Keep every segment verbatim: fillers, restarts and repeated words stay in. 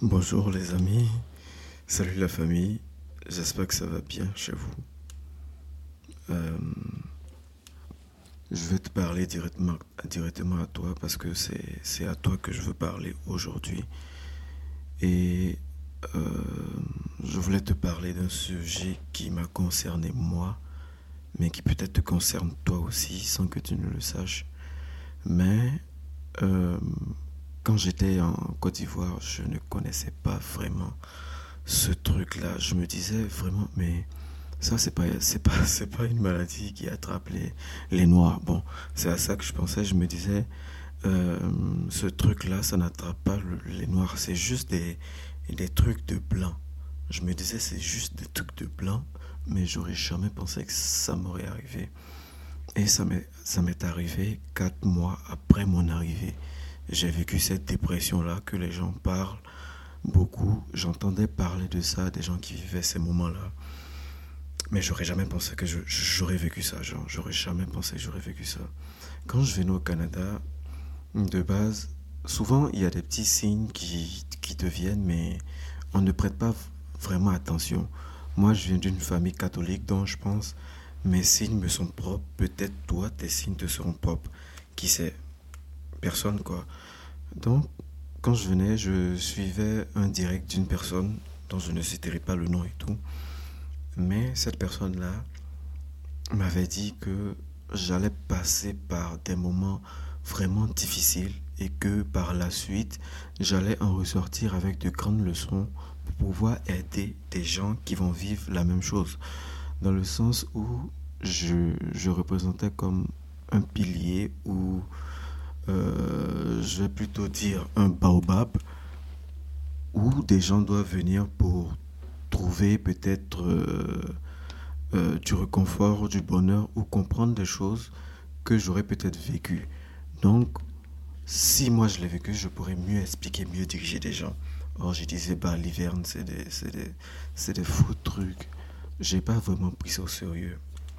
Bonjour les amis, salut la famille, j'espère que ça va bien chez vous. Euh, je vais te parler directement, directement à toi parce que c'est, c'est à toi que je veux parler aujourd'hui. Et euh, je voulais te parler d'un sujet qui m'a concerné moi, mais qui peut-être te concerne toi aussi sans que tu ne le saches. Mais euh, quand j'étais en Côte d'Ivoire, je ne connaissais pas vraiment ce truc-là. Je me disais vraiment, mais ça, c'est pas, c'est pas, c'est pas une maladie qui attrape les, les noirs. Bon, c'est à ça que je pensais. Je me disais, euh, ce truc-là, ça n'attrape pas le- les noirs. C'est juste des, des trucs de blanc. Je me disais, c'est juste des trucs de blanc, mais j'aurais jamais pensé que ça m'aurait arrivé. Et ça m'est, ça m'est arrivé quatre mois après mon arrivée. J'ai vécu cette dépression-là que les gens parlent beaucoup. J'entendais parler de ça, des gens qui vivaient ces moments-là. Mais j'aurais jamais pensé que je- j'aurais vécu ça, genre, j'aurais jamais pensé que j'aurais vécu ça. Quand je venais au Canada, de base, souvent il y a des petits signes qui, qui te viennent, mais on ne prête pas vraiment attention. Moi, je viens d'une famille catholique, donc je pense mes signes me sont propres. Peut-être toi, tes signes te seront propres. Qui sait? Personne, quoi. Donc, quand je venais, je suivais un direct d'une personne dont je ne citerai pas le nom et tout. Mais cette personne-là m'avait dit que j'allais passer par des moments vraiment difficiles et que par la suite, j'allais en ressortir avec de grandes leçons pour pouvoir aider des gens qui vont vivre la même chose. Dans le sens où je, je représentais comme un pilier ou euh, je vais plutôt dire un baobab où des gens doivent venir pour trouver peut-être euh, euh, du réconfort, du bonheur ou comprendre des choses que j'aurais peut-être vécues. Donc, si moi je l'ai vécu, je pourrais mieux expliquer, mieux diriger des gens. Or, je disais, bah, l'hiverne, c'est des, c'est des, c'est des faux trucs. J'ai pas vraiment pris ça au sérieux.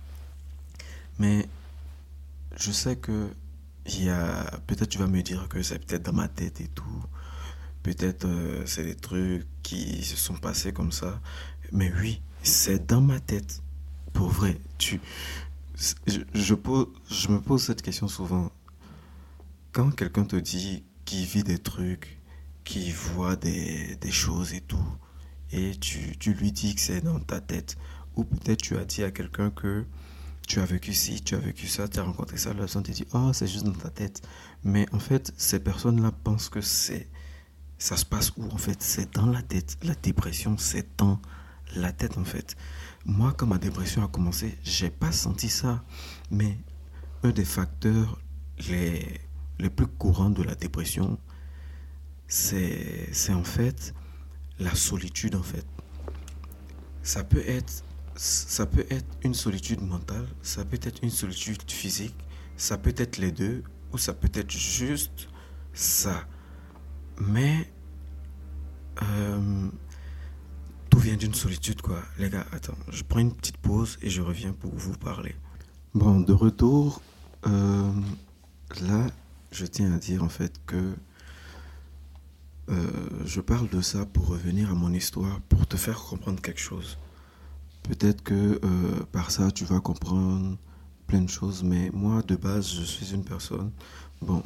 Mais je sais que il y a. Peut-être tu vas me dire que c'est peut-être dans ma tête et tout. Peut-être euh, c'est des trucs qui se sont passés comme ça. Mais oui, c'est dans ma tête. Pour vrai, tu, je, je, pose, je me pose cette question souvent. Quand quelqu'un te dit qu'il vit des trucs, qu'il voit des, des choses et tout, et tu, tu lui dis que c'est dans ta tête, ou peut-être tu as dit à quelqu'un que tu as vécu ci, tu as vécu ça, tu as rencontré ça, la personne te dit, oh, c'est juste dans ta tête. Mais en fait, ces personnes-là pensent que c'est, ça se passe où en fait? C'est dans la tête. La dépression, c'est dans la tête en fait. Moi, quand ma dépression a commencé, j'ai pas senti ça. Mais un des facteurs les, les plus courants de la dépression, c'est, c'est en fait la solitude en fait. Ça peut être ça peut être une solitude mentale, ça peut être une solitude physique, ça peut être les deux ou ça peut être juste ça. Mais euh, tout vient d'une solitude quoi. Les gars, attends, je prends une petite pause et je reviens pour vous parler. Bon, de retour, euh, là, je tiens à dire en fait que euh, je parle de ça pour revenir à mon histoire, pour te faire comprendre quelque chose. Peut-être que euh, par ça, tu vas comprendre plein de choses, mais moi, de base, je suis une personne. Bon,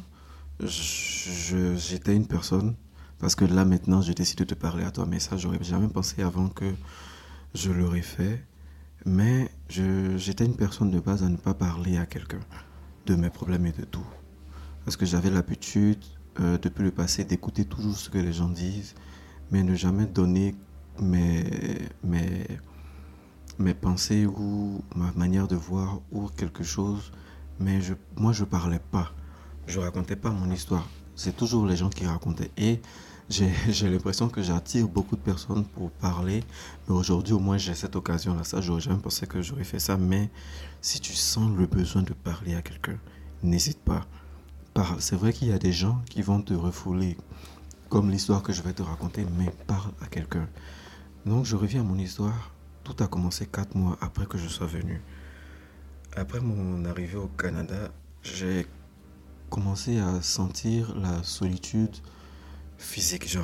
je- j'étais une personne, parce que là, maintenant, je décide de te parler à toi, mais ça, j'aurais jamais pensé avant que je l'aurais fait. Mais je- j'étais une personne de base à ne pas parler à quelqu'un de mes problèmes et de tout. Parce que j'avais l'habitude, euh, depuis le passé, d'écouter toujours ce que les gens disent, mais ne jamais donner mes, mes, mes pensées ou ma manière de voir ou quelque chose. Mais je, moi, je parlais pas. Je racontais pas mon histoire. C'est toujours les gens qui racontaient. Et j'ai, j'ai l'impression que j'attire beaucoup de personnes pour parler. Mais aujourd'hui, au moins, j'ai cette occasion-là. Ça, j'aurais jamais pensé que j'aurais fait ça. Mais si tu sens le besoin de parler à quelqu'un, n'hésite pas. Parle. C'est vrai qu'il y a des gens qui vont te refouler, comme l'histoire que je vais te raconter, mais parle à quelqu'un. Donc, je reviens à mon histoire. Tout a commencé quatre mois après que je sois venu. Après mon arrivée au Canada, j'ai commencé à sentir la solitude physique, genre.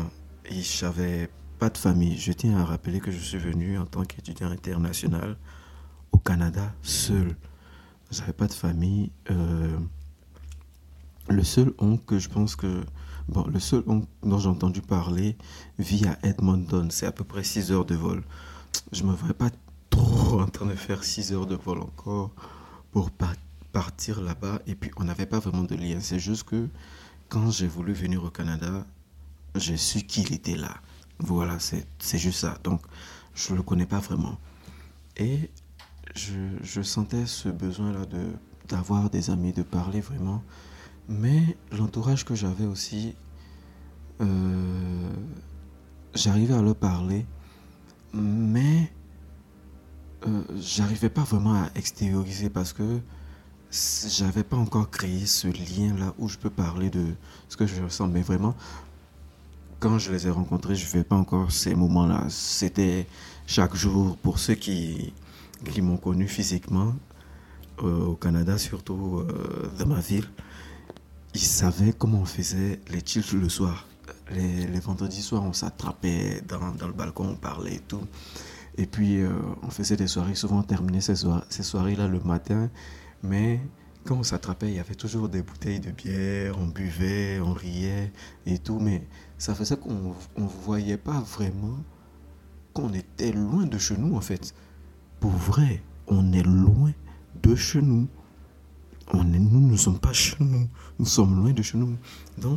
et j'avais pas de famille. Je tiens à rappeler que je suis venu en tant qu'étudiant international au Canada seul. J'avais pas de famille. Euh, le seul oncle que je pense que... Bon, le seul oncle dont j'ai entendu parler vit à Edmonton. C'est à peu près six heures de vol. Je me voyais pas trop en train de faire six heures de vol encore pour pa- partir là-bas. Et puis, on n'avait pas vraiment de lien. C'est juste que quand j'ai voulu venir au Canada, j'ai su qu'il était là. Voilà, c'est, c'est juste ça. Donc, je ne le connais pas vraiment. Et je, je sentais ce besoin-là de, d'avoir des amis, de parler vraiment. Mais l'entourage que j'avais aussi, euh, j'arrivais à leur parler, mais euh, j'arrivais pas vraiment à extérioriser parce que j'avais pas encore créé ce lien-là où je peux parler de ce que je ressens. Mais vraiment, quand je les ai rencontrés, je ne fais pas encore ces moments-là. C'était chaque jour pour ceux qui, qui m'ont connu physiquement, euh, au Canada, surtout euh, dans ma ville. Ils savaient comment on faisait les chills le soir. Les, les vendredis soirs, on s'attrapait dans, dans le balcon, on parlait et tout. Et puis, euh, on faisait des soirées. Souvent, on terminait ces, soir- ces soirées-là le matin. Mais quand on s'attrapait, il y avait toujours des bouteilles de bière. On buvait, on riait et tout. Mais ça faisait qu'on ne voyait pas vraiment qu'on était loin de chez nous, en fait. Pour vrai, on est loin de chez nous. On est, nous ne sommes pas chez nous. Nous sommes loin de chez nous. Donc,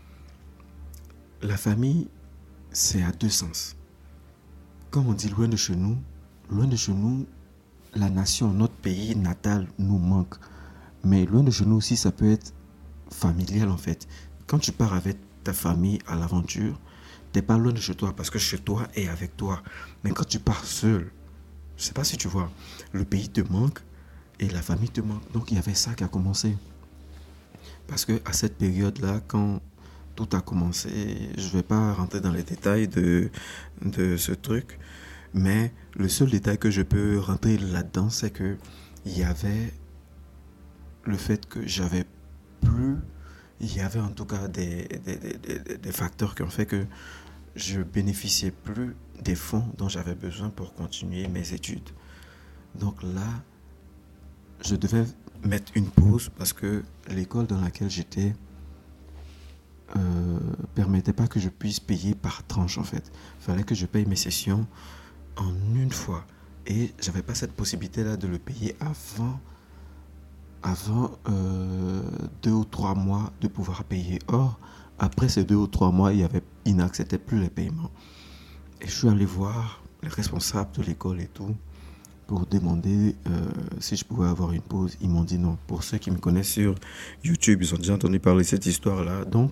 la famille, c'est à deux sens. Quand on dit loin de chez nous, loin de chez nous, la nation, notre pays natal nous manque. Mais loin de chez nous aussi, ça peut être familial en fait. Quand tu pars avec ta famille à l'aventure, t'es pas loin de chez toi parce que chez toi est avec toi. Mais quand tu pars seul, je sais pas si tu vois, le pays te manque et la famille te manque. Donc il y avait ça qui a commencé. Parce que à cette période-là, quand tout a commencé, je vais pas rentrer dans les détails de, de ce truc, mais le seul détail que je peux rentrer là-dedans, c'est que il y avait le fait que j'avais plus, il y avait en tout cas des, des, des, des, des facteurs qui ont fait que je bénéficiais plus des fonds dont j'avais besoin pour continuer mes études. Donc là, je devais mettre une pause parce que l'école dans laquelle j'étais euh, permettait pas que je puisse payer par tranche en fait. Il fallait que je paye mes sessions en une fois. Et j'avais pas cette possibilité-là de le payer avant, avant euh, deux ou trois mois de pouvoir payer. Or, après ces deux ou trois mois, il y avait, ils n'acceptaient plus les paiements. Et je suis allé voir les responsables de l'école et tout pour demander euh, si je pouvais avoir une pause. Ils m'ont dit non. Pour ceux qui me connaissent sur YouTube, ils ont déjà entendu parler de cette histoire-là. Donc,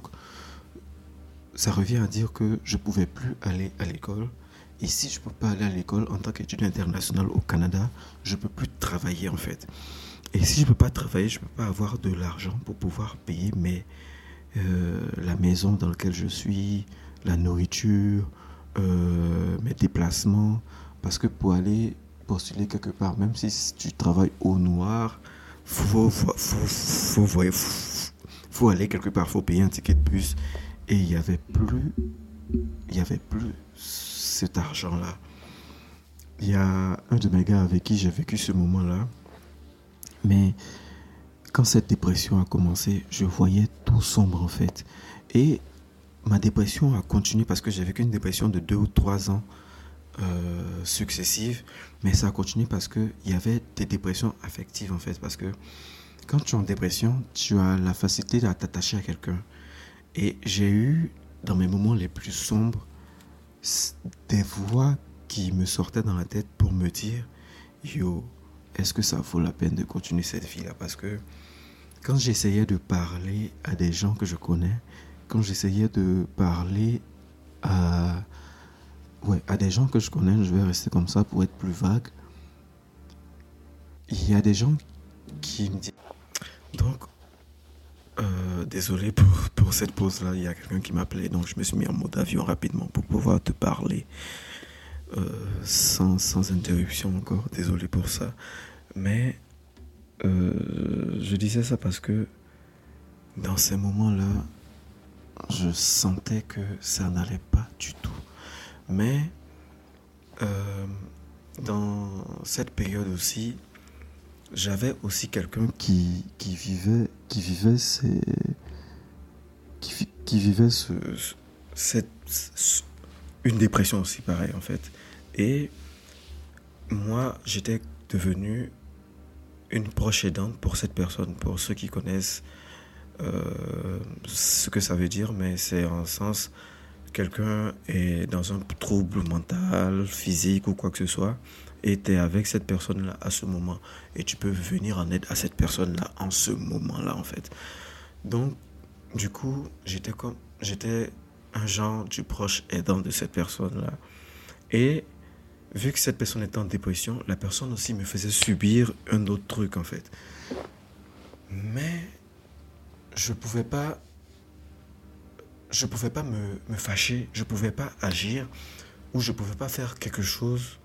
ça revient à dire que je ne pouvais plus aller à l'école. Et si je ne peux pas aller à l'école en tant qu'étudiant international au Canada, je ne peux plus travailler en fait. Et si je ne peux pas travailler, je ne peux pas avoir de l'argent pour pouvoir payer mes, euh, la maison dans laquelle je suis, la nourriture, euh, mes déplacements. Parce que pour aller postuler quelque part, même si tu travailles au noir, il faut, faut, faut, faut, faut, faut aller quelque part, il faut payer un ticket de bus. Et il n'y avait plus, il y avait plus cet argent-là. Il y a un de mes gars avec qui j'ai vécu ce moment-là. Mais quand cette dépression a commencé, je voyais tout sombre en fait. Et ma dépression a continué parce que j'ai vécu une dépression de deux ou trois ans euh, successives. Mais ça a continué parce qu'il y avait des dépressions affectives en fait. Parce que quand tu es en dépression, tu as la facilité à t'attacher à quelqu'un. Et j'ai eu, dans mes moments les plus sombres, des voix qui me sortaient dans la tête pour me dire « Yo, est-ce que ça vaut la peine de continuer cette vie-là » Parce que quand j'essayais de parler à des gens que je connais, quand j'essayais de parler à, ouais, à des gens que je connais, je vais rester comme ça pour être plus vague, il y a des gens qui me disent... Donc, Euh, désolé pour, pour cette pause-là, il y a quelqu'un qui m'appelait, donc je me suis mis en mode avion rapidement pour pouvoir te parler euh, sans, sans interruption encore. Désolé pour ça. Mais euh, je disais ça parce que dans ces moments-là, je sentais que ça n'allait pas du tout. Mais euh, dans cette période aussi, j'avais aussi quelqu'un qui, qui vivait, qui vivait, ces, qui, qui vivait ce, cette, ce- une dépression aussi pareil en fait. Et moi, j'étais devenu une proche aidante pour cette personne. Pour ceux qui connaissent euh, ce que ça veut dire, mais c'est en sens quelqu'un est dans un trouble mental, physique ou quoi que ce soit, et tu es avec cette personne-là à ce moment, et tu peux venir en aide à cette personne-là en ce moment-là, en fait. Donc, du coup, j'étais comme, j'étais un genre du proche aidant de cette personne-là. Et vu que cette personne était en dépression, la personne aussi me faisait subir un autre truc, en fait. Mais je pouvais pas je pouvais pas me, me fâcher, je pouvais pas agir ou je pouvais pas faire quelque chose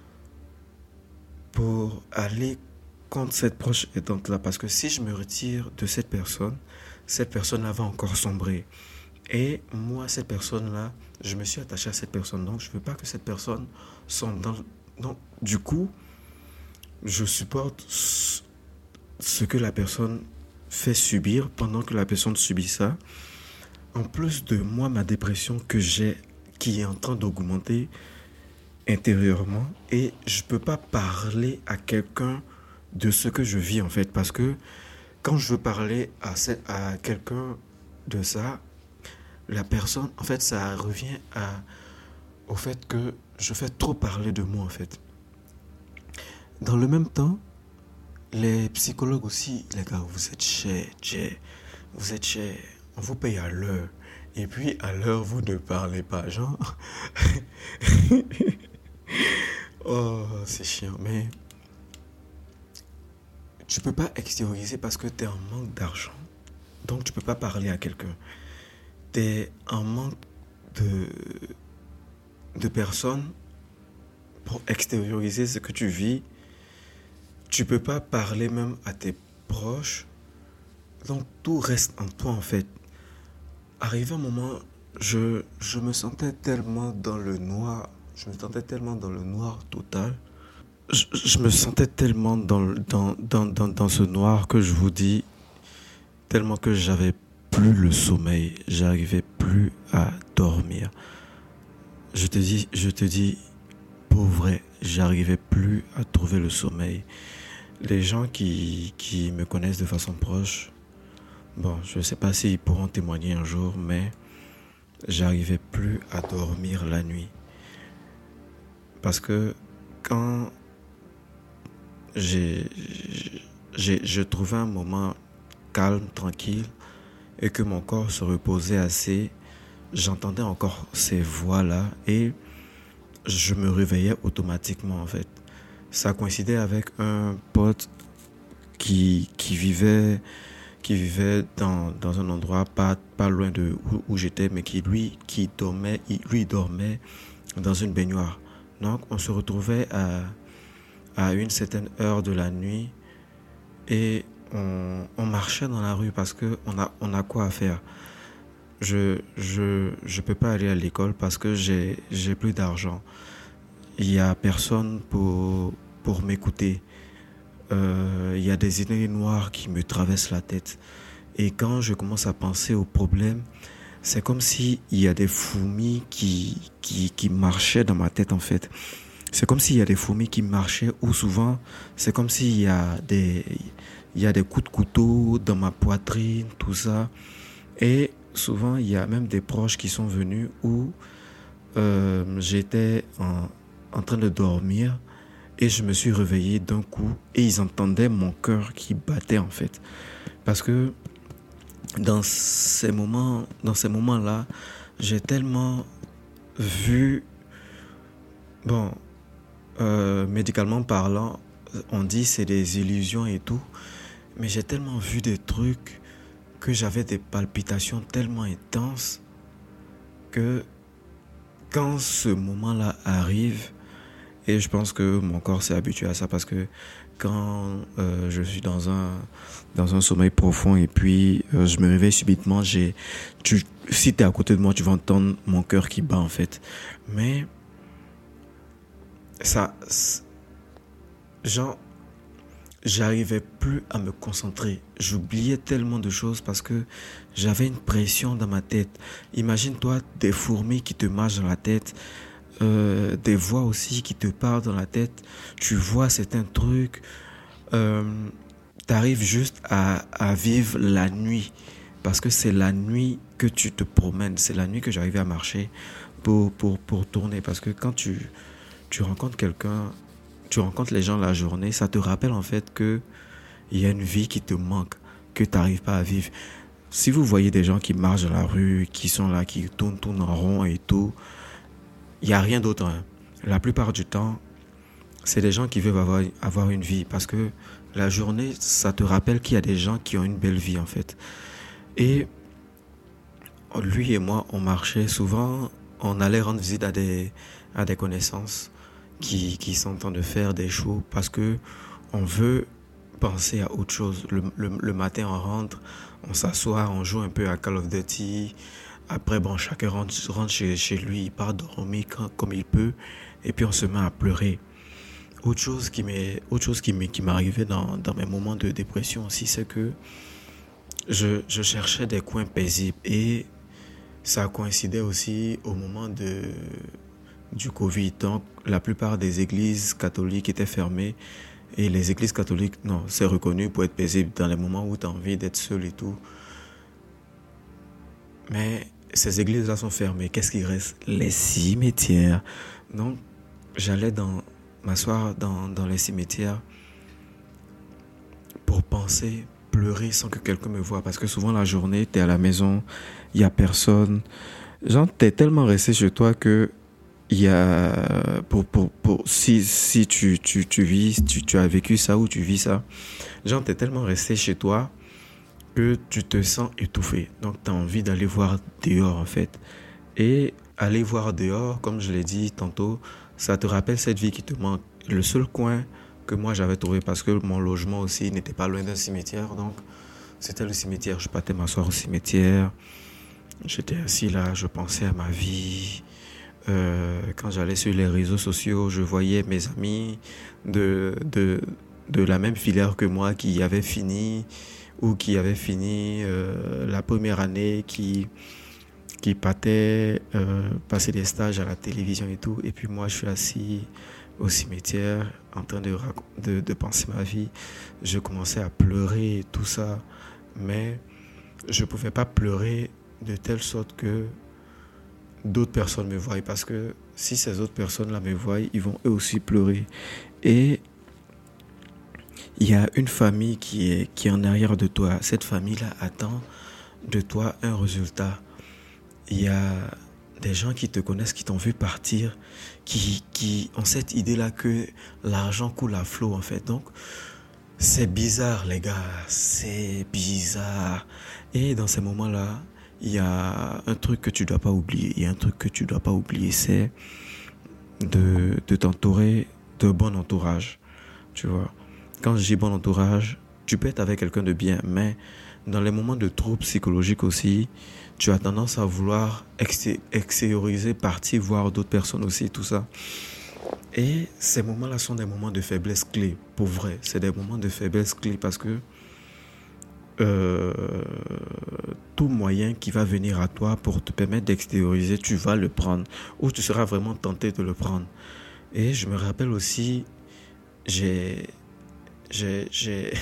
pour aller contre cette proche aidante là, parce que si je me retire de cette personne, cette personne là va encore sombrer. Et moi, cette personne là, je me suis attaché à cette personne, donc je veux pas que cette personne sombre dans. Donc, du coup, je supporte ce que la personne fait subir pendant que la personne subit ça. En plus de moi, ma dépression que j'ai, qui est en train d'augmenter intérieurement, et je peux pas parler à quelqu'un de ce que je vis en fait, parce que quand je veux parler à, cette- à quelqu'un de ça, la personne, en fait, ça revient à, au fait que je fais trop parler de moi en fait. Dans le même temps, les psychologues aussi, les gars, vous êtes chers, chers, vous êtes chers, on vous paye à l'heure. Et puis à l'heure, vous ne parlez pas, genre. Oh, c'est chiant, mais tu peux pas extérioriser parce que tu es en manque d'argent. Donc tu peux pas parler à quelqu'un. Tu es en manque de, de personnes pour extérioriser ce que tu vis. Tu peux pas parler même à tes proches. Donc tout reste en toi en fait. Arrivé un moment, je, je me sentais tellement dans le noir. Je me sentais tellement dans le noir total. Je, je me sentais tellement dans, dans, dans, dans, dans ce noir que je vous dis, tellement que j'avais plus le sommeil. J'arrivais plus à dormir. Je te dis, je te dis, pour vrai, j'arrivais plus à trouver le sommeil. Les gens qui, qui me connaissent de façon proche, bon, je ne sais pas s'ils pourront témoigner un jour, mais j'arrivais plus à dormir la nuit. Parce que quand j'ai, j'ai, je trouvais un moment calme, tranquille, et que mon corps se reposait assez, j'entendais encore ces voix-là et je me réveillais automatiquement en fait. Ça coïncidait avec un pote qui, qui vivait, qui vivait dans, dans un endroit pas, pas loin de où, où j'étais, mais qui lui, qui dormait, il, lui dormait dans une baignoire. Donc on se retrouvait à, à une certaine heure de la nuit et on, on marchait dans la rue parce que on a, on a quoi à faire. Je, je, je peux pas aller à l'école parce que j'ai, j'ai plus d'argent. Il y a personne pour, pour m'écouter. Euh, il y a des idées noires qui me traversent la tête. Et quand je commence à penser au problème, c'est comme s'il y a des fourmis qui, qui, qui marchaient dans ma tête en fait. C'est comme s'il y a des fourmis qui marchaient ou souvent c'est comme s'il y a des, il y a des coups de couteau dans ma poitrine, tout ça. Et souvent il y a même des proches qui sont venus où euh, j'étais en, en train de dormir et je me suis réveillé d'un coup et ils entendaient mon cœur qui battait en fait. Parce que dans ces moments, dans ces moments-là, j'ai tellement vu, bon, euh, médicalement parlant, on dit c'est des illusions et tout, mais j'ai tellement vu des trucs que j'avais des palpitations tellement intenses que quand ce moment-là arrive Et je pense que mon corps s'est habitué à ça parce que quand euh, je suis dans un dans un sommeil profond et puis euh, je me réveille subitement, j'ai tu si t'es à côté de moi, tu vas entendre mon cœur qui bat en fait. Mais ça genre j'arrivais plus à me concentrer. J'oubliais tellement de choses parce que j'avais une pression dans ma tête. Imagine-toi des fourmis qui te marchent dans la tête, euh, des voix aussi qui te parlent dans la tête. Tu vois certains trucs. Euh, T'arrives juste à, à vivre la nuit parce que c'est la nuit que tu te promènes. C'est la nuit que j'arrivais à marcher pour, pour, pour tourner. Parce que quand tu, tu rencontres quelqu'un, tu rencontres les gens la journée, ça te rappelle en fait que il y a une vie qui te manque, que tu n'arrives pas à vivre. Si vous voyez des gens qui marchent dans la rue, qui sont là, qui tournent, tournent en rond et tout, il n'y a rien d'autre. Hein. La plupart du temps, c'est des gens qui veulent avoir, avoir une vie parce que la journée, ça te rappelle qu'il y a des gens qui ont une belle vie en fait. Et lui et moi, on marchait souvent, on allait rendre visite à des, à des connaissances qui, qui sont en train de faire des shows parce que on veut penser à autre chose. Le, le, le matin, on rentre, on s'assoit, on joue un peu à Call of Duty. Après, bon, chacun rentre, rentre chez, chez lui, il part dormir quand, comme il peut, et puis on se met à pleurer. Autre chose qui m'est, autre chose qui m'est, qui m'arrivait dans, dans mes moments de dépression aussi, c'est que je, je cherchais des coins paisibles et ça coïncidait aussi au moment de, du Covid. Donc, la plupart des églises catholiques étaient fermées et les églises catholiques, non, c'est reconnu pour être paisible dans les moments où tu as envie d'être seul et tout. Mais ces églises-là sont fermées. Qu'est-ce qui reste? Les cimetières. Donc, j'allais dans, m'asseoir dans, dans les cimetières pour penser, pleurer sans que quelqu'un me voie. Parce que souvent, la journée, tu es à la maison, il n'y a personne. Genre, tu es tellement resté chez toi que il y a, pour, pour, pour, si, si tu, tu, tu vis, tu, tu as vécu ça ou tu vis ça, genre, tu es tellement resté chez toi que tu te sens étouffé. Donc, tu as envie d'aller voir dehors, en fait. Et aller voir dehors, comme je l'ai dit tantôt, ça te rappelle cette vie qui te manque. Le seul coin que moi j'avais trouvé, parce que mon logement aussi n'était pas loin d'un cimetière, donc c'était le cimetière. Je partais m'asseoir au cimetière, j'étais assis là, je pensais à ma vie. Euh, quand j'allais sur les réseaux sociaux, je voyais mes amis de, de, de la même filière que moi qui avaient fini ou qui avaient fini euh, la première année, qui qui partait euh, passer des stages à la télévision et tout. Et puis moi, je suis assis au cimetière en train de, de, de penser ma vie. Je commençais à pleurer et tout ça. Mais je ne pouvais pas pleurer de telle sorte que d'autres personnes me voient. Parce que si ces autres personnes-là me voient, ils vont eux aussi pleurer. Et il y a une famille qui est, qui est en arrière de toi. Cette famille-là attend de toi un résultat. Il y a des gens qui te connaissent, qui t'ont vu partir, qui, qui ont cette idée-là que l'argent coule à flot, en fait. Donc, c'est bizarre, les gars. C'est bizarre. Et dans ces moments-là, il y a un truc que tu dois pas oublier. Il y a un truc que tu dois pas oublier, c'est de, de t'entourer de bon entourage. Tu vois. Quand je dis bon entourage, tu peux être avec quelqu'un de bien, mais dans les moments de troubles psychologiques aussi, tu as tendance à vouloir extérioriser, partir voir d'autres personnes aussi, tout ça. Et ces moments-là sont des moments de faiblesse clé, pour vrai. C'est des moments de faiblesse clé parce que euh, tout moyen qui va venir à toi pour te permettre d'extérioriser, tu vas le prendre. Ou tu seras vraiment tenté de le prendre. Et je me rappelle aussi, j'ai... J'ai... j'ai,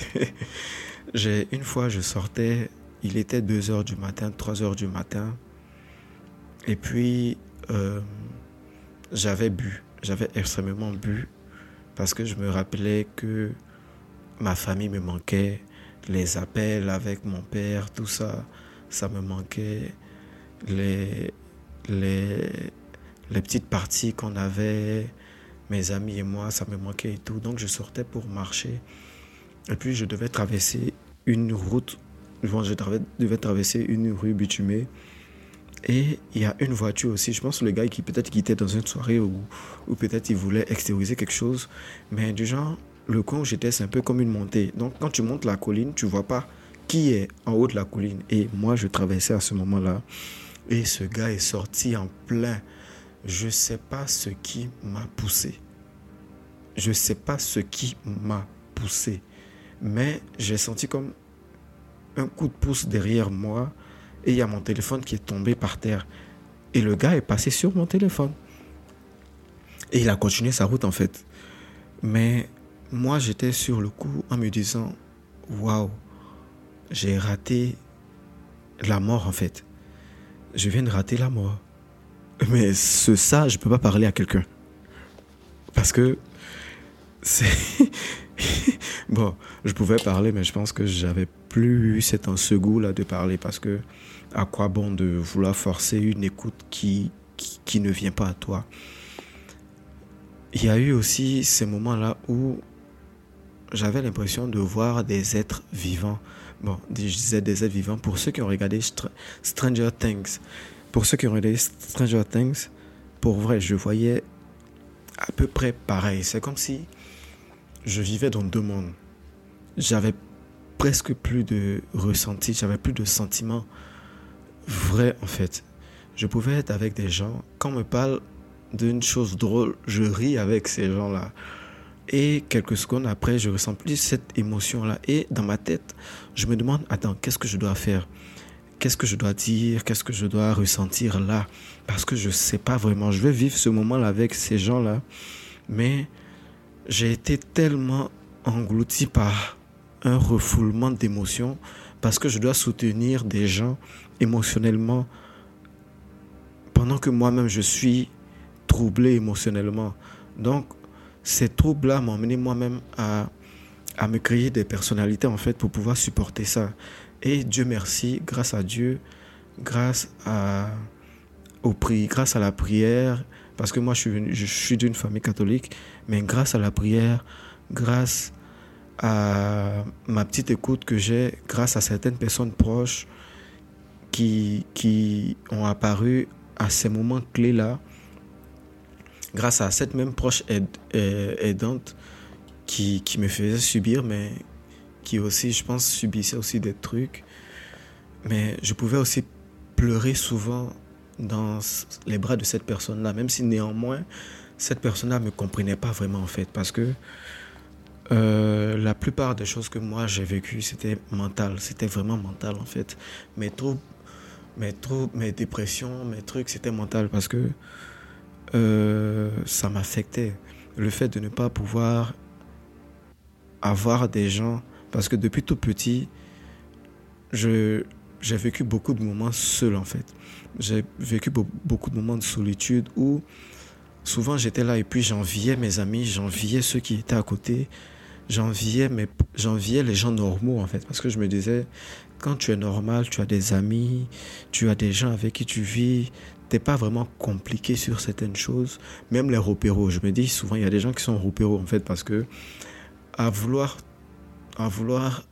j'ai une fois, je sortais... Il était deux heures du matin, trois heures du matin. Et puis, euh, j'avais bu. J'avais extrêmement bu. Parce que je me rappelais que ma famille me manquait. Les appels avec mon père, tout ça, ça me manquait. Les, les, les petites parties qu'on avait, mes amis et moi, ça me manquait et tout. Donc, je sortais pour marcher. Et puis, je devais traverser une route. Bon, je devais traverser une rue bitumée Et il y a une voiture aussi. Je pense le gars qui peut-être qui était dans une soirée ou, ou peut-être il voulait extérioriser quelque chose. Mais du genre, le coin où j'étais, c'est un peu comme une montée. Donc quand tu montes la colline, tu vois pas qui est en haut de la colline. Et moi, je traversais à ce moment-là. Et ce gars est sorti en plein. Je sais pas ce qui m'a poussé. Je sais pas ce qui m'a poussé. Mais j'ai senti comme un coup de pouce derrière moi. Et il y a mon téléphone qui est tombé par terre. Et le gars est passé sur mon téléphone. Et il a continué sa route en fait. Mais moi, j'étais sur le coup en me disant, waouh, j'ai raté la mort en fait. Je viens de rater la mort. Mais ce ça, je peux pas parler à quelqu'un. Parce que c'est... Bon, je pouvais parler, mais je pense que j'avais plus eu cet ce goût-là de parler. Parce que à quoi bon de vouloir forcer une écoute qui, qui, qui ne vient pas à toi. Il y a eu aussi ces moments-là où j'avais l'impression de voir des êtres vivants. Bon, je disais des êtres vivants. Pour ceux qui ont regardé Stranger Things, pour ceux qui ont regardé Stranger Things, pour vrai, je voyais à peu près pareil. C'est comme si je vivais dans deux mondes. J'avais presque plus de ressenti, j'avais plus de sentiments vrais en fait. Je pouvais être avec des gens, quand on me parle d'une chose drôle, je ris avec ces gens-là. Et quelques secondes après, je ressens plus cette émotion-là. Et dans ma tête, je me demande, attends, qu'est-ce que je dois faire ? Qu'est-ce que je dois dire ? Qu'est-ce que je dois ressentir là ? Parce que je ne sais pas vraiment. Je vais vivre ce moment-là avec ces gens-là. Mais j'ai été tellement englouti par un refoulement d'émotions parce que je dois soutenir des gens émotionnellement pendant que moi-même je suis troublé émotionnellement. Donc, ces troubles-là m'ont amené moi-même à, à me créer des personnalités en fait pour pouvoir supporter ça. Et Dieu merci, grâce à Dieu, grâce à, au pri, grâce à la prière, parce que moi je suis, venu, je suis d'une famille catholique, mais grâce à la prière, grâce à ma petite écoute que j'ai, grâce à certaines personnes proches qui, qui ont apparu à ces moments clés-là, grâce à cette même proche aide, aidante qui, qui me faisait subir, mais qui aussi, je pense, subissait aussi des trucs. Mais je pouvais aussi pleurer souvent dans les bras de cette personne-là, même si néanmoins, cette personne-là ne me comprenait pas vraiment en fait, parce que euh, la plupart des choses que moi j'ai vécues, c'était mental, c'était vraiment mental en fait. Mes troubles, mes troubles, mes dépressions, mes trucs, c'était mental parce que euh, ça m'affectait. Le fait de ne pas pouvoir avoir des gens, parce que depuis tout petit, je, j'ai vécu beaucoup de moments seul en fait. J'ai vécu be- beaucoup de moments de solitude où souvent j'étais là et puis j'enviais mes amis, j'enviais ceux qui étaient à côté, j'enviais, mes, j'enviais les gens normaux en fait, parce que je me disais, quand tu es normal, tu as des amis, tu as des gens avec qui tu vis, t'es pas vraiment compliqué sur certaines choses, même les repéros. Je me dis souvent, il y a des gens qui sont repéros en fait, parce que à vouloir, à vouloir,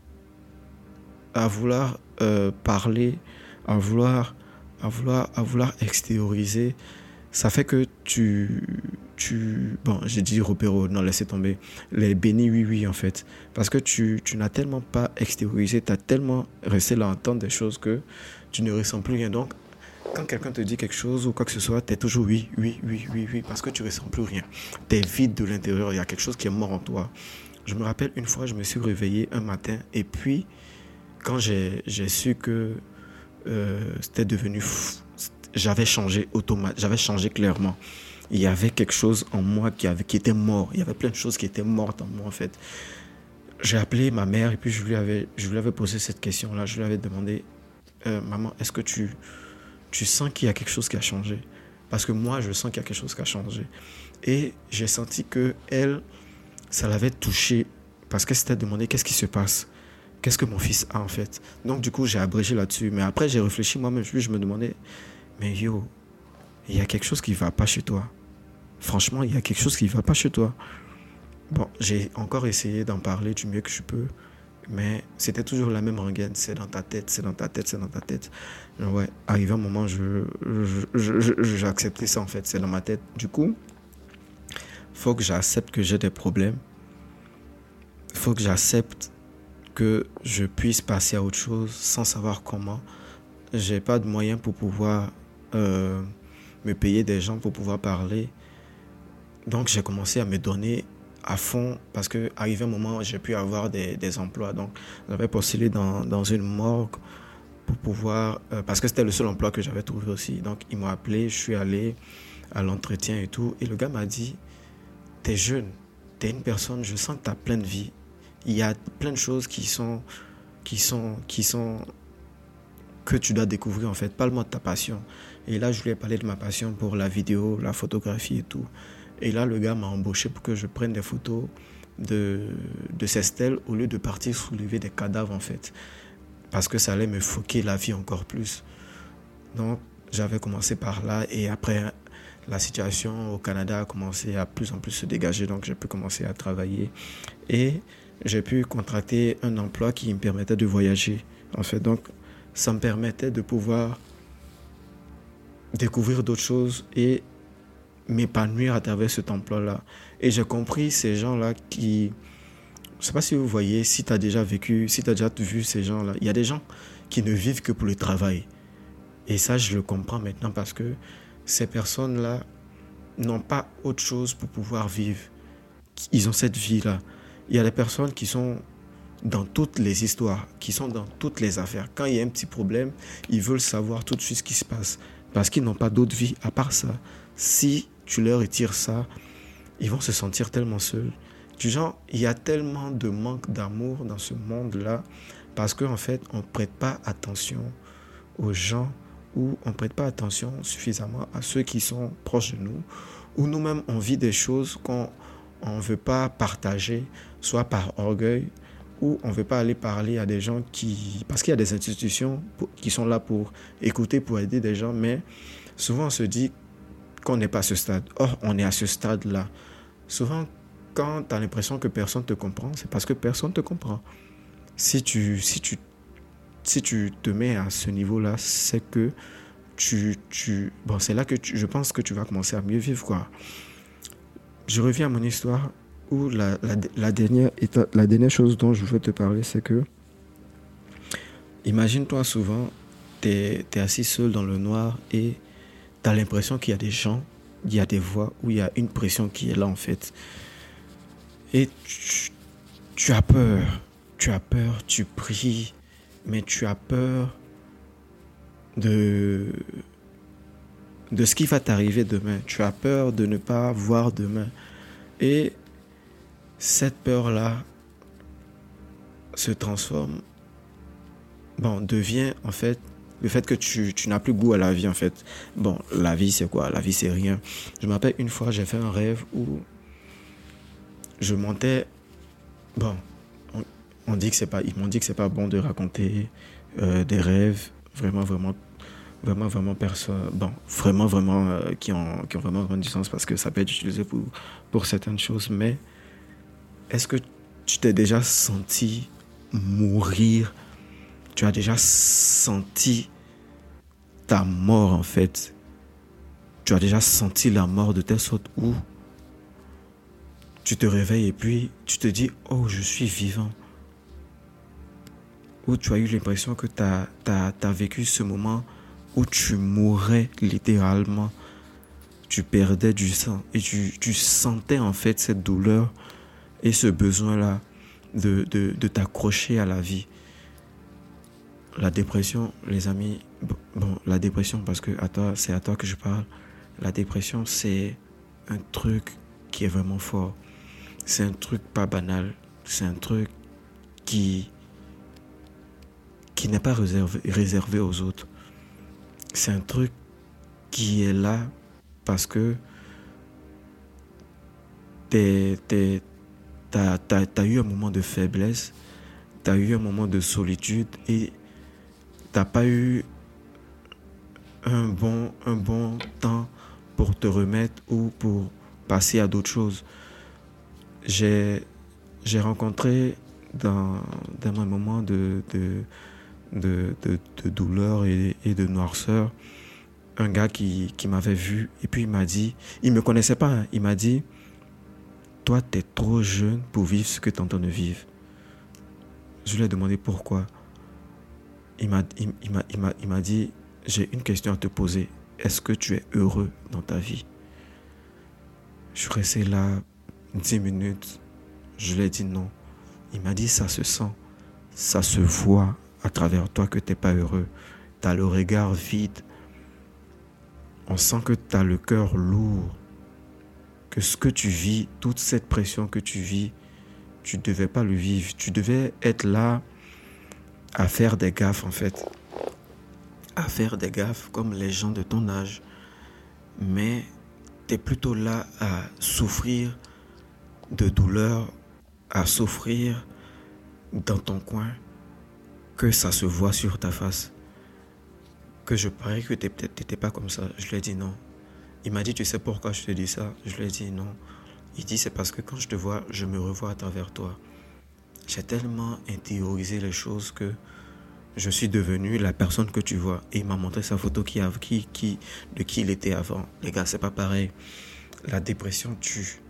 à vouloir euh, parler, à vouloir, à vouloir, à vouloir extérioriser, ça fait que tu, tu, bon, j'ai dit repéro, non, laissez tomber, les bénis oui oui en fait, parce que tu, tu n'as tellement pas extériorisé, tu as tellement resté là à entendre des choses que tu ne ressens plus rien. Donc, quand quelqu'un te dit quelque chose ou quoi que ce soit, tu es toujours oui, oui, oui, oui, oui, parce que tu ne ressens plus rien. Tu es vide de l'intérieur, il y a quelque chose qui est mort en toi. Je me rappelle une fois, je me suis réveillé un matin et puis, quand j'ai, j'ai su que euh, c'était devenu fou, j'avais changé automatiquement, j'avais changé clairement. Il y avait quelque chose en moi qui, avait, qui était mort. Il y avait plein de choses qui étaient mortes en moi en fait. J'ai appelé ma mère et puis je lui avais, je lui avais posé cette question-là. Je lui avais demandé, euh, maman, est-ce que tu, tu sens qu'il y a quelque chose qui a changé ? Parce que moi, je sens qu'il y a quelque chose qui a changé. Et j'ai senti que elle, ça l'avait touchée parce qu'elle s'était demandé qu'est-ce qui se passe ? Qu'est-ce que mon fils a en fait ? Donc du coup, j'ai abrégé là-dessus. Mais après, j'ai réfléchi moi-même. Puis je me demandais, mais yo, il y a quelque chose qui ne va pas chez toi. Franchement, il y a quelque chose qui ne va pas chez toi. Bon, j'ai encore essayé d'en parler du mieux que je peux. mais c'était toujours la même rengaine. C'est dans ta tête, c'est dans ta tête, c'est dans ta tête. Ouais, arrivé un moment, je, je, je, je- j'ai accepté ça en fait, c'est dans ma tête. Du coup, faut que j'accepte que j'ai des problèmes. Faut que j'accepte que je puisse passer à autre chose sans savoir comment. J'ai pas de moyens pour pouvoir euh, me payer des gens pour pouvoir parler. Donc j'ai commencé à me donner à fond parce que arrivé un moment j'ai pu avoir des, des emplois. Donc j'avais postulé dans, dans une morgue pour pouvoir euh, parce que c'était le seul emploi que j'avais trouvé aussi. Donc ils m'ont appelé, je suis allé à l'entretien et tout et le gars m'a dit t'es jeune, t'es une personne, je sens que t'as plein de vie. Il y a plein de choses qui sont qui sont qui sont que tu dois découvrir en fait. Parle-moi de ta passion. Et là, je lui ai parlé de ma passion pour la vidéo, la photographie et tout. Et là, le gars m'a embauché pour que je prenne des photos de, de ces stèles au lieu de partir soulever des cadavres en fait. Parce que ça allait me foquer la vie encore plus. Donc, j'avais commencé par là et après, la situation au Canada a commencé à plus en plus se dégager. Donc, j'ai pu commencer à travailler et j'ai pu contracter un emploi qui me permettait de voyager en fait. Donc, ça me permettait de pouvoir découvrir d'autres choses et m'épanouir à travers cet emploi-là. Et j'ai compris ces gens-là qui... Je ne sais pas si vous voyez, si tu as déjà vécu, si tu as déjà vu ces gens-là. Il y a des gens qui ne vivent que pour le travail. Et ça, je le comprends maintenant parce que ces personnes-là n'ont pas autre chose pour pouvoir vivre. Ils ont cette vie-là. Il y a des personnes qui sont dans toutes les histoires, qui sont dans toutes les affaires. Quand il y a un petit problème, ils veulent savoir tout de suite ce qui se passe. Parce qu'ils n'ont pas d'autre vie à part ça. Si tu leur retires ça, ils vont se sentir tellement seuls. Du genre, il y a tellement de manque d'amour dans ce monde-là parce qu'en fait, on ne prête pas attention aux gens ou on ne prête pas attention suffisamment à ceux qui sont proches de nous ou nous-mêmes, on vit des choses qu'on ne veut pas partager, soit par orgueil, où on ne veut pas aller parler à des gens qui... Parce qu'il y a des institutions qui sont là pour écouter, pour aider des gens, mais souvent on se dit qu'on n'est pas à ce stade. Or, on est à ce stade-là. Souvent, quand tu as l'impression que personne ne te comprend, c'est parce que personne ne te comprend. Si tu, si tu, si tu te mets à ce niveau-là, c'est que tu... tu bon, c'est là que tu, je pense que tu vas commencer à mieux vivre, quoi. Je reviens à mon histoire. Où la, la, la, dernière étape, la dernière chose dont je veux te parler, c'est que imagine-toi souvent, tu es assis seul dans le noir et tu as l'impression qu'il y a des gens, il y a des voix, où il y a une pression qui est là en fait. Et tu, tu as peur, tu as peur, tu pries, mais tu as peur de, de ce qui va t'arriver demain. Tu as peur de ne pas voir demain. Et cette peur-là se transforme, bon, devient en fait le fait que tu, tu n'as plus goût à la vie en fait. Bon, la vie c'est quoi? La vie c'est rien. Je me rappelle une fois, j'ai fait un rêve où je montais, bon, on, on dit que c'est pas, ils m'ont dit que c'est pas bon de raconter euh, des rêves vraiment, vraiment, vraiment, vraiment personne, bon, vraiment, vraiment, euh, qui ont, qui ont vraiment, vraiment du sens parce que ça peut être utilisé pour, pour certaines choses, mais est-ce que tu t'es déjà senti mourir? Tu as déjà senti ta mort en fait? Tu as déjà senti la mort de telle sorte où tu te réveilles et puis tu te dis « Oh, je suis vivant ». Où tu as eu l'impression que tu as, t'as, t'as vécu ce moment où tu mourais littéralement. Tu perdais du sang et tu, tu sentais en fait cette douleur et ce besoin-là de, de, de t'accrocher à la vie. La dépression, les amis, bon, la dépression, parce que à toi, c'est à toi que je parle. La dépression, c'est un truc qui est vraiment fort. C'est un truc pas banal. C'est un truc qui, qui n'est pas réservé, réservé aux autres. C'est un truc qui est là parce que t'es, t'es, T'as, t'as, t'as eu un moment de faiblesse, t'as eu un moment de solitude et t'as pas eu un bon, un bon temps pour te remettre ou pour passer à d'autres choses. J'ai, j'ai rencontré dans, dans mes moments de, de, de, de, de douleur et, et de noirceur, un gars qui, qui m'avait vu et puis il m'a dit, il ne me connaissait pas, hein, il m'a dit, toi, tu es trop jeune pour vivre ce que tu es en train de vivre. Je lui ai demandé pourquoi. Il m'a, il, il m'a, il m'a, il m'a dit, j'ai une question à te poser. Est-ce que tu es heureux dans ta vie? Je suis resté là dix minutes. Je lui ai dit non. Il m'a dit, ça se sent, ça se voit à travers toi que tu n'es pas heureux. Tu as le regard vide. On sent que tu as le cœur lourd. Que ce que tu vis, toute cette pression que tu vis, tu ne devais pas le vivre. Tu devais être là à faire des gaffes en fait. À faire des gaffes comme les gens de ton âge. Mais tu es plutôt là à souffrir de douleur, à souffrir dans ton coin, que ça se voit sur ta face. Que je parie que tu n'étais pas comme ça. Je lui ai dit non. Il m'a dit, tu sais pourquoi je te dis ça? Je lui ai dit non. Il dit, c'est parce que quand je te vois, je me revois à travers toi. J'ai tellement intériorisé les choses que je suis devenu la personne que tu vois. Et il m'a montré sa photo qui, qui, qui, de qui il était avant. Les gars, c'est pas pareil. La dépression tue.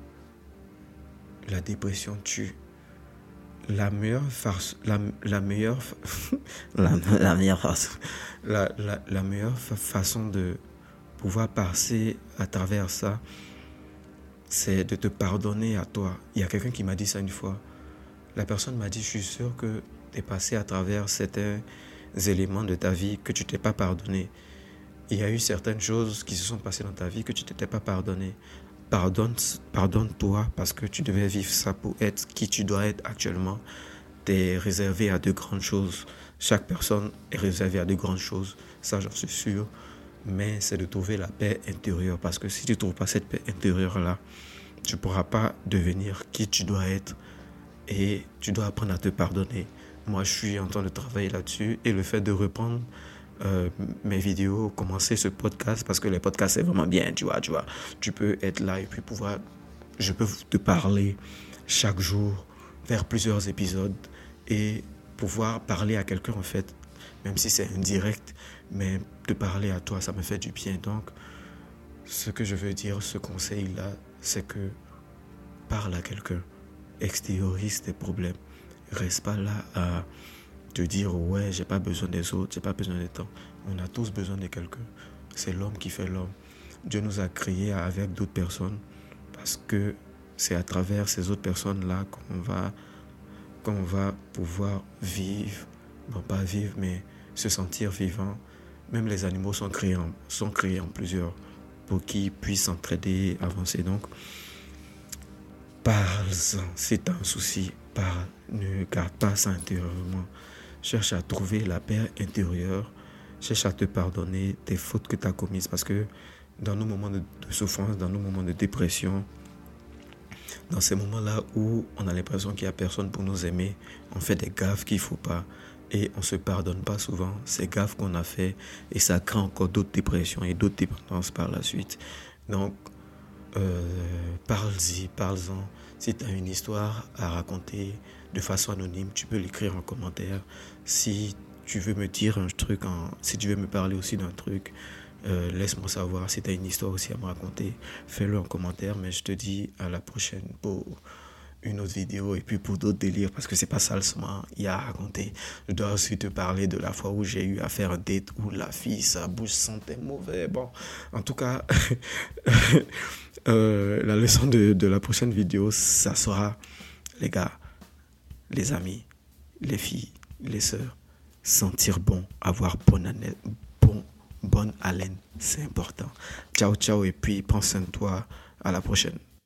La dépression tue. La meilleure farce, la, la meilleure, la, la meilleure farce, la, la, la meilleure fa- façon de pouvoir passer à travers ça, c'est de te pardonner à toi. Il y a quelqu'un qui m'a dit ça une fois. La personne m'a dit, je suis sûr que tu es passé à travers certains éléments de ta vie que tu t'es pas pardonné. Il y a eu certaines choses qui se sont passées dans ta vie que tu t'étais pas pardonné. Pardonne, pardonne-toi parce que tu devais vivre ça pour être qui tu dois être actuellement. Tu es réservé à de grandes choses. Chaque personne est réservée à de grandes choses. Ça, j'en suis sûr. Mais c'est de trouver la paix intérieure. Parce que si tu ne trouves pas cette paix intérieure-là, tu ne pourras pas devenir qui tu dois être. Et tu dois apprendre à te pardonner. Moi, je suis en train de travailler là-dessus. Et le fait de reprendre Euh, mes vidéos, commencer ce podcast, parce que les podcasts c'est vraiment bien, tu vois, tu vois, tu peux être là et puis pouvoir, je peux te parler chaque jour, faire plusieurs épisodes et pouvoir parler à quelqu'un en fait, même si c'est indirect, mais te parler à toi, ça me fait du bien. Donc, ce que je veux dire, ce conseil-là, c'est que parle à quelqu'un, extériorise tes problèmes, reste pas là à te dire ouais, j'ai pas besoin des autres, j'ai pas besoin des temps. On a tous besoin de quelqu'un. C'est l'homme qui fait l'homme. Dieu nous a créés avec d'autres personnes parce que c'est à travers ces autres personnes-là qu'on va, qu'on va pouvoir vivre, non pas vivre, mais se sentir vivant. Même les animaux sont créés en, sont créés en plusieurs pour qu'ils puissent s'entraider, avancer. Donc, parle-en. Si tu as un souci, parle. Ne garde pas ça intérieurement. Cherche à trouver la paix intérieure. Cherche à te pardonner tes fautes que tu as commises. Parce que dans nos moments de, de souffrance, dans nos moments de dépression, dans ces moments-là où on a l'impression qu'il n'y a personne pour nous aimer, on fait des gaffes qu'il ne faut pas. Et on ne se pardonne pas souvent ces gaffes qu'on a fait. Et ça crée encore d'autres dépressions et d'autres dépendances par la suite. Donc, euh, parle-y, parle-en. Si tu as une histoire à raconter de façon anonyme, tu peux l'écrire en commentaire. Si tu veux me dire un truc, en, si tu veux me parler aussi d'un truc, euh, laisse-moi savoir. Si tu as une histoire aussi à me raconter, fais-le en commentaire. Mais je te dis à la prochaine pour une autre vidéo et puis pour d'autres délires, parce que c'est pas ça seulement il y a à raconter. Je dois aussi te parler de la fois où j'ai eu à faire un date où la fille, sa bouche sentait mauvais. Bon, en tout cas, euh, la leçon de, de la prochaine vidéo, ça sera, les gars, les amis, les filles, les sœurs, sentir bon, avoir bonne haleine, bon, bonne haleine, c'est important. Ciao, ciao, et puis prends soin de toi. À la prochaine.